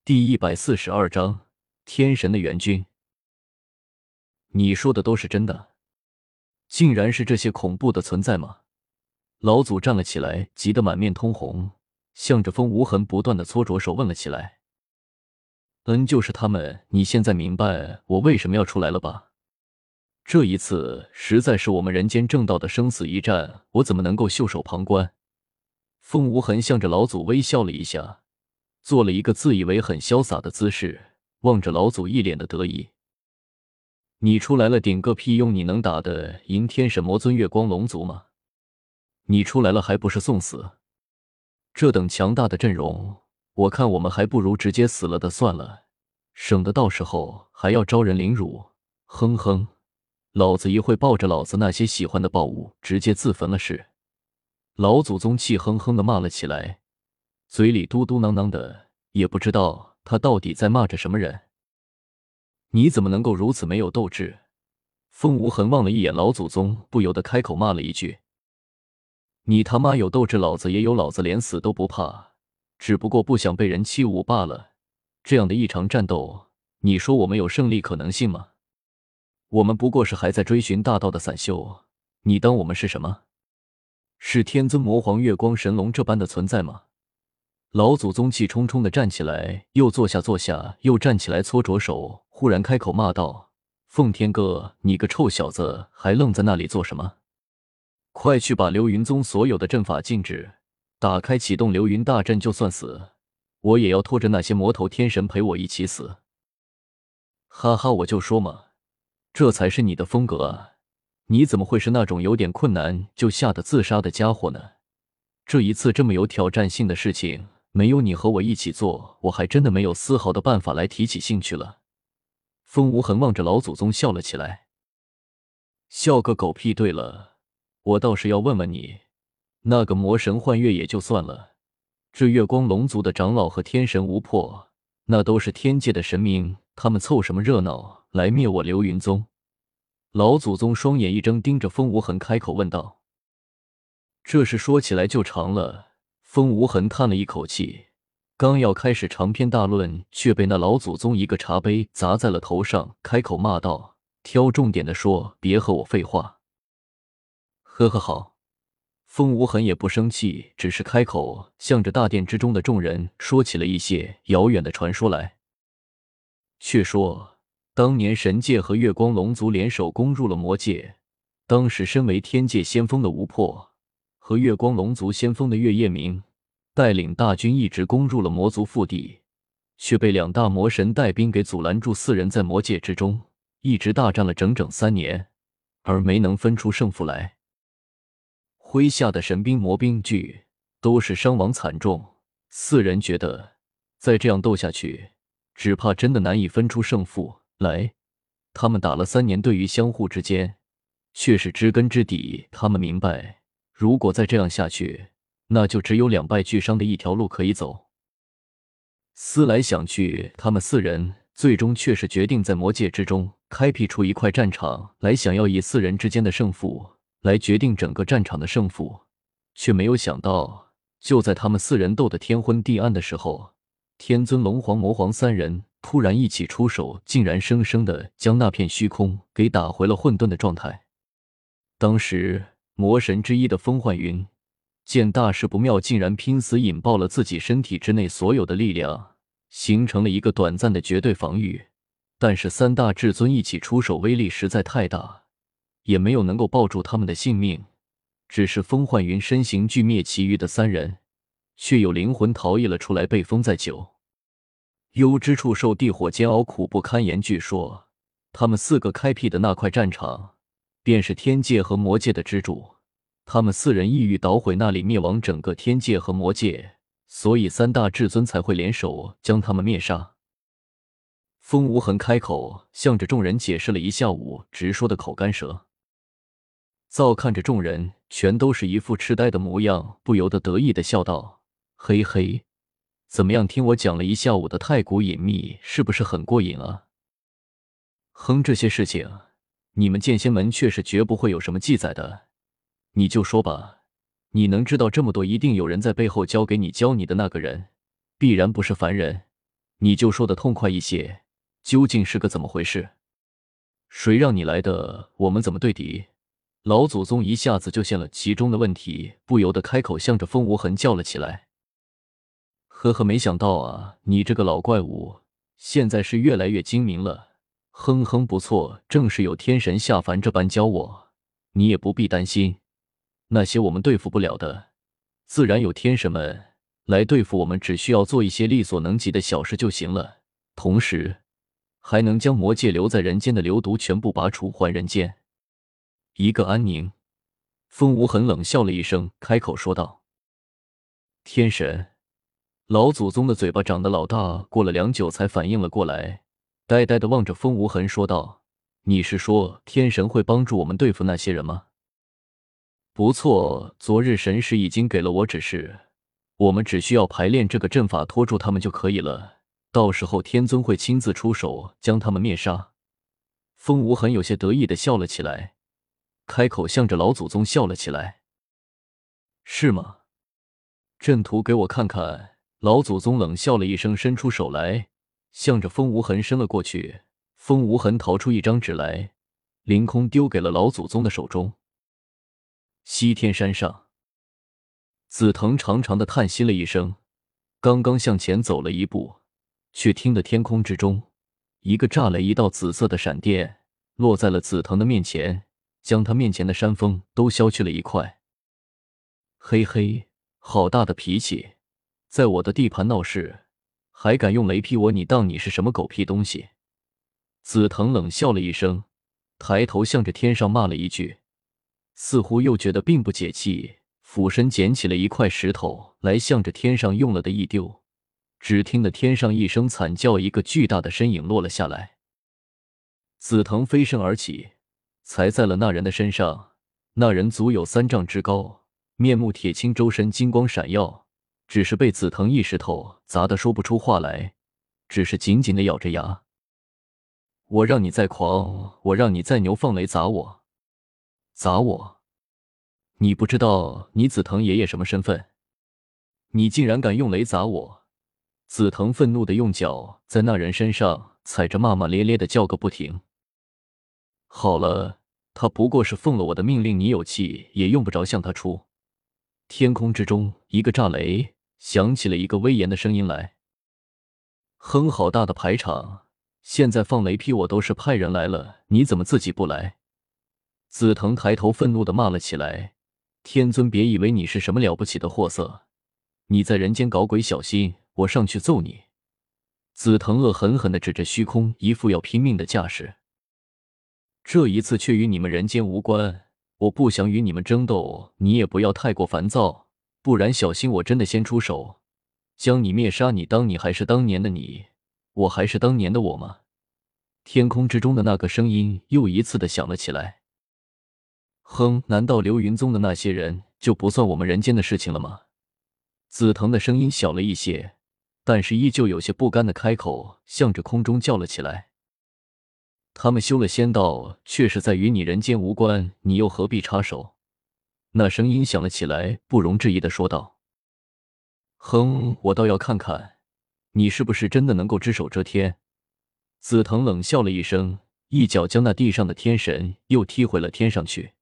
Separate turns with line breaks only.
第142章天神的援军。你说的都是真的？竟然是这些恐怖的存在吗？老祖站了起来，急得满面通红，向着风无痕不断的搓着手问了起来。就是他们，你现在明白我为什么要出来了吧？这一次实在是我们人间正道的生死一战，我怎么能够袖手旁观？风无痕向着老祖微笑了一下，做了一个自以为很潇洒的姿势，望着老祖一脸的得意。你出来了顶个屁用，你能打得赢天神魔尊月光龙族吗？你出来了还不是送死？这等强大的阵容，我看我们还不如直接死了的算了，省得到时候还要招人凌辱。哼哼，老子一会抱着老子那些喜欢的宝物直接自焚了是。老祖宗气哼哼的骂了起来，嘴里嘟嘟囔囔的，也不知道他到底在骂着什么人。你怎么能够如此没有斗志？风无痕望了一眼老祖宗，不由得开口骂了一句：你他妈有斗志，老子也有，老子连死都不怕，只不过不想被人欺侮罢了。这样的一场战斗，你说我们有胜利可能性吗？我们不过是还在追寻大道的散修，你当我们是什么？是天尊魔皇月光神龙这般的存在吗？老祖宗气冲冲地站起来，又坐下，又站起来搓着手，忽然开口骂道：奉天哥，你个臭小子，还愣在那里做什么？快去把流云宗所有的阵法禁止，打开启动流云大阵，就算死，我也要拖着那些魔头天神陪我一起死。哈哈，我就说嘛，这才是你的风格啊！你怎么会是那种有点困难就吓得自杀的家伙呢？这一次这么有挑战性的事情，没有你和我一起做，我还真的没有丝毫的办法来提起兴趣了。风无痕望着老祖宗笑了起来。笑个狗屁！对了，我倒是要问问你，那个魔神幻月也就算了，这月光龙族的长老和天神无破，那都是天界的神明，他们凑什么热闹来灭我流云宗？老祖宗双眼一睁，盯着风无痕开口问道。这事说起来就长了。风无痕叹了一口气，刚要开始长篇大论，却被那老祖宗一个茶杯砸在了头上，开口骂道：挑重点的说，别和我废话。呵呵好。风无痕也不生气，只是开口向着大殿之中的众人说起了一些遥远的传说来。却说当年神界和月光龙族联手攻入了魔界，当时身为天界先锋的吴破和月光龙族先锋的月夜明带领大军一直攻入了魔族腹地，却被两大魔神带兵给阻拦住，四人在魔界之中一直大战了整整3年，而没能分出胜负来。麾下的神兵魔兵俱都是伤亡惨重，四人觉得再这样斗下去，只怕真的难以分出胜负来。他们打了3年，对于相互之间却是知根知底，他们明白，如果再这样下去，那就只有两败俱伤的一条路可以走。思来想去，他们4人最终却是决定在魔界之中开辟出一块战场来，想要以4人之间的胜负来决定整个战场的胜负。却没有想到，就在他们4人斗得天昏地暗的时候，天尊、龙皇、魔皇3人突然一起出手，竟然生生的将那片虚空给打回了混沌的状态。当时魔神之一的风幻云见大事不妙，竟然拼死引爆了自己身体之内所有的力量，形成了一个短暂的绝对防御。但是3大至尊一起出手，威力实在太大，也没有能够抱住他们的性命。只是风幻云身形俱灭，其余的3人却有灵魂逃逸了出来，被封在九幽之处，受地火煎熬，苦不堪言。据说他们4个开辟的那块战场便是天界和魔界的支柱，他们4人意欲捣毁那里，灭亡整个天界和魔界，所以3大至尊才会联手将他们灭杀。风无痕开口向着众人解释了一下午，直说的口干舌燥，看着众人全都是一副痴呆的模样，不由得得意的笑道：嘿嘿，怎么样，听我讲了一下午的太古隐秘，是不是很过瘾啊？哼，这些事情你们剑仙门却是绝不会有什么记载的。你就说吧，你能知道这么多，一定有人在背后教给你，教你的那个人必然不是凡人。 你就说的痛快一些，究竟是个怎么回事？谁让你来的？我们怎么对敌？老祖宗一下子就现了其中的问题，不由得开口，向着风无痕叫了起来。呵呵，没想到啊，你这个老怪物，现在是越来越精明了。哼哼，不错，正是有天神下凡这般教我，你也不必担心，那些我们对付不了的，自然有天神们来对付我们，只需要做一些力所能及的小事就行了。同时，还能将魔界留在人间的流毒全部拔除，还人间一个安宁。风无痕冷笑了一声，开口说道：“天神。”老祖宗的嘴巴长得老大，过了良久才反应了过来，呆呆地望着风无痕说道：“你是说天神会帮助我们对付那些人吗？”不错，昨日神使已经给了我指示，我们只需要排练这个阵法拖住他们就可以了，到时候天尊会亲自出手将他们灭杀。风无痕有些得意地笑了起来，开口向着老祖宗笑了起来：“是吗？阵图给我看看。”老祖宗冷笑了一声，伸出手来，向着风无痕伸了过去。风无痕掏出一张纸来，凌空丢给了老祖宗的手中。西天山上，紫藤长长的叹息了一声，刚刚向前走了一步，却听得天空之中一个炸雷，一道紫色的闪电落在了紫藤的面前，将他面前的山峰都削去了一块。嘿嘿，好大的脾气！在我的地盘闹事，还敢用雷劈我？你当你是什么狗屁东西？紫藤冷笑了一声，抬头向着天上骂了一句，似乎又觉得并不解气，俯身捡起了一块石头来，向着天上用了的一丢。只听得天上一声惨叫，一个巨大的身影落了下来。紫藤飞身而起，踩在了那人的身上。那人足有3丈之高，面目铁青，周身金光闪耀。只是被紫藤一石头砸得说不出话来，只是紧紧地咬着牙。我让你再狂，我让你再牛，放雷砸我！砸我！你不知道你紫藤爷爷什么身份？你竟然敢用雷砸我！紫藤愤怒地用脚在那人身上踩着，骂骂咧咧地叫个不停。好了，他不过是奉了我的命令，你有气也用不着向他出。天空之中，一个炸雷响起了一个威严的声音来。哼，好大的排场，现在放雷劈我都是派人来了，你怎么自己不来？紫藤抬头愤怒地骂了起来。天尊别以为你是什么了不起的货色，你在人间搞鬼，小心我上去揍你！紫藤恶狠狠地指着虚空，一副要拼命的架势。这一次却与你们人间无关，我不想与你们争斗，你也不要太过烦躁，不然小心我真的先出手将你灭杀！你当你还是当年的你，我还是当年的我吗？天空之中的那个声音又一次的响了起来。哼，难道流云宗的那些人就不算我们人间的事情了吗？紫藤的声音小了一些，但是依旧有些不甘的开口，向着空中叫了起来。他们修了仙道，却是在与你人间无关，你又何必插手？那声音响了起来，不容置疑的说道。哼，我倒要看看你是不是真的能够只手遮天。紫藤冷笑了一声，一脚将那地上的天神又踢回了天上去。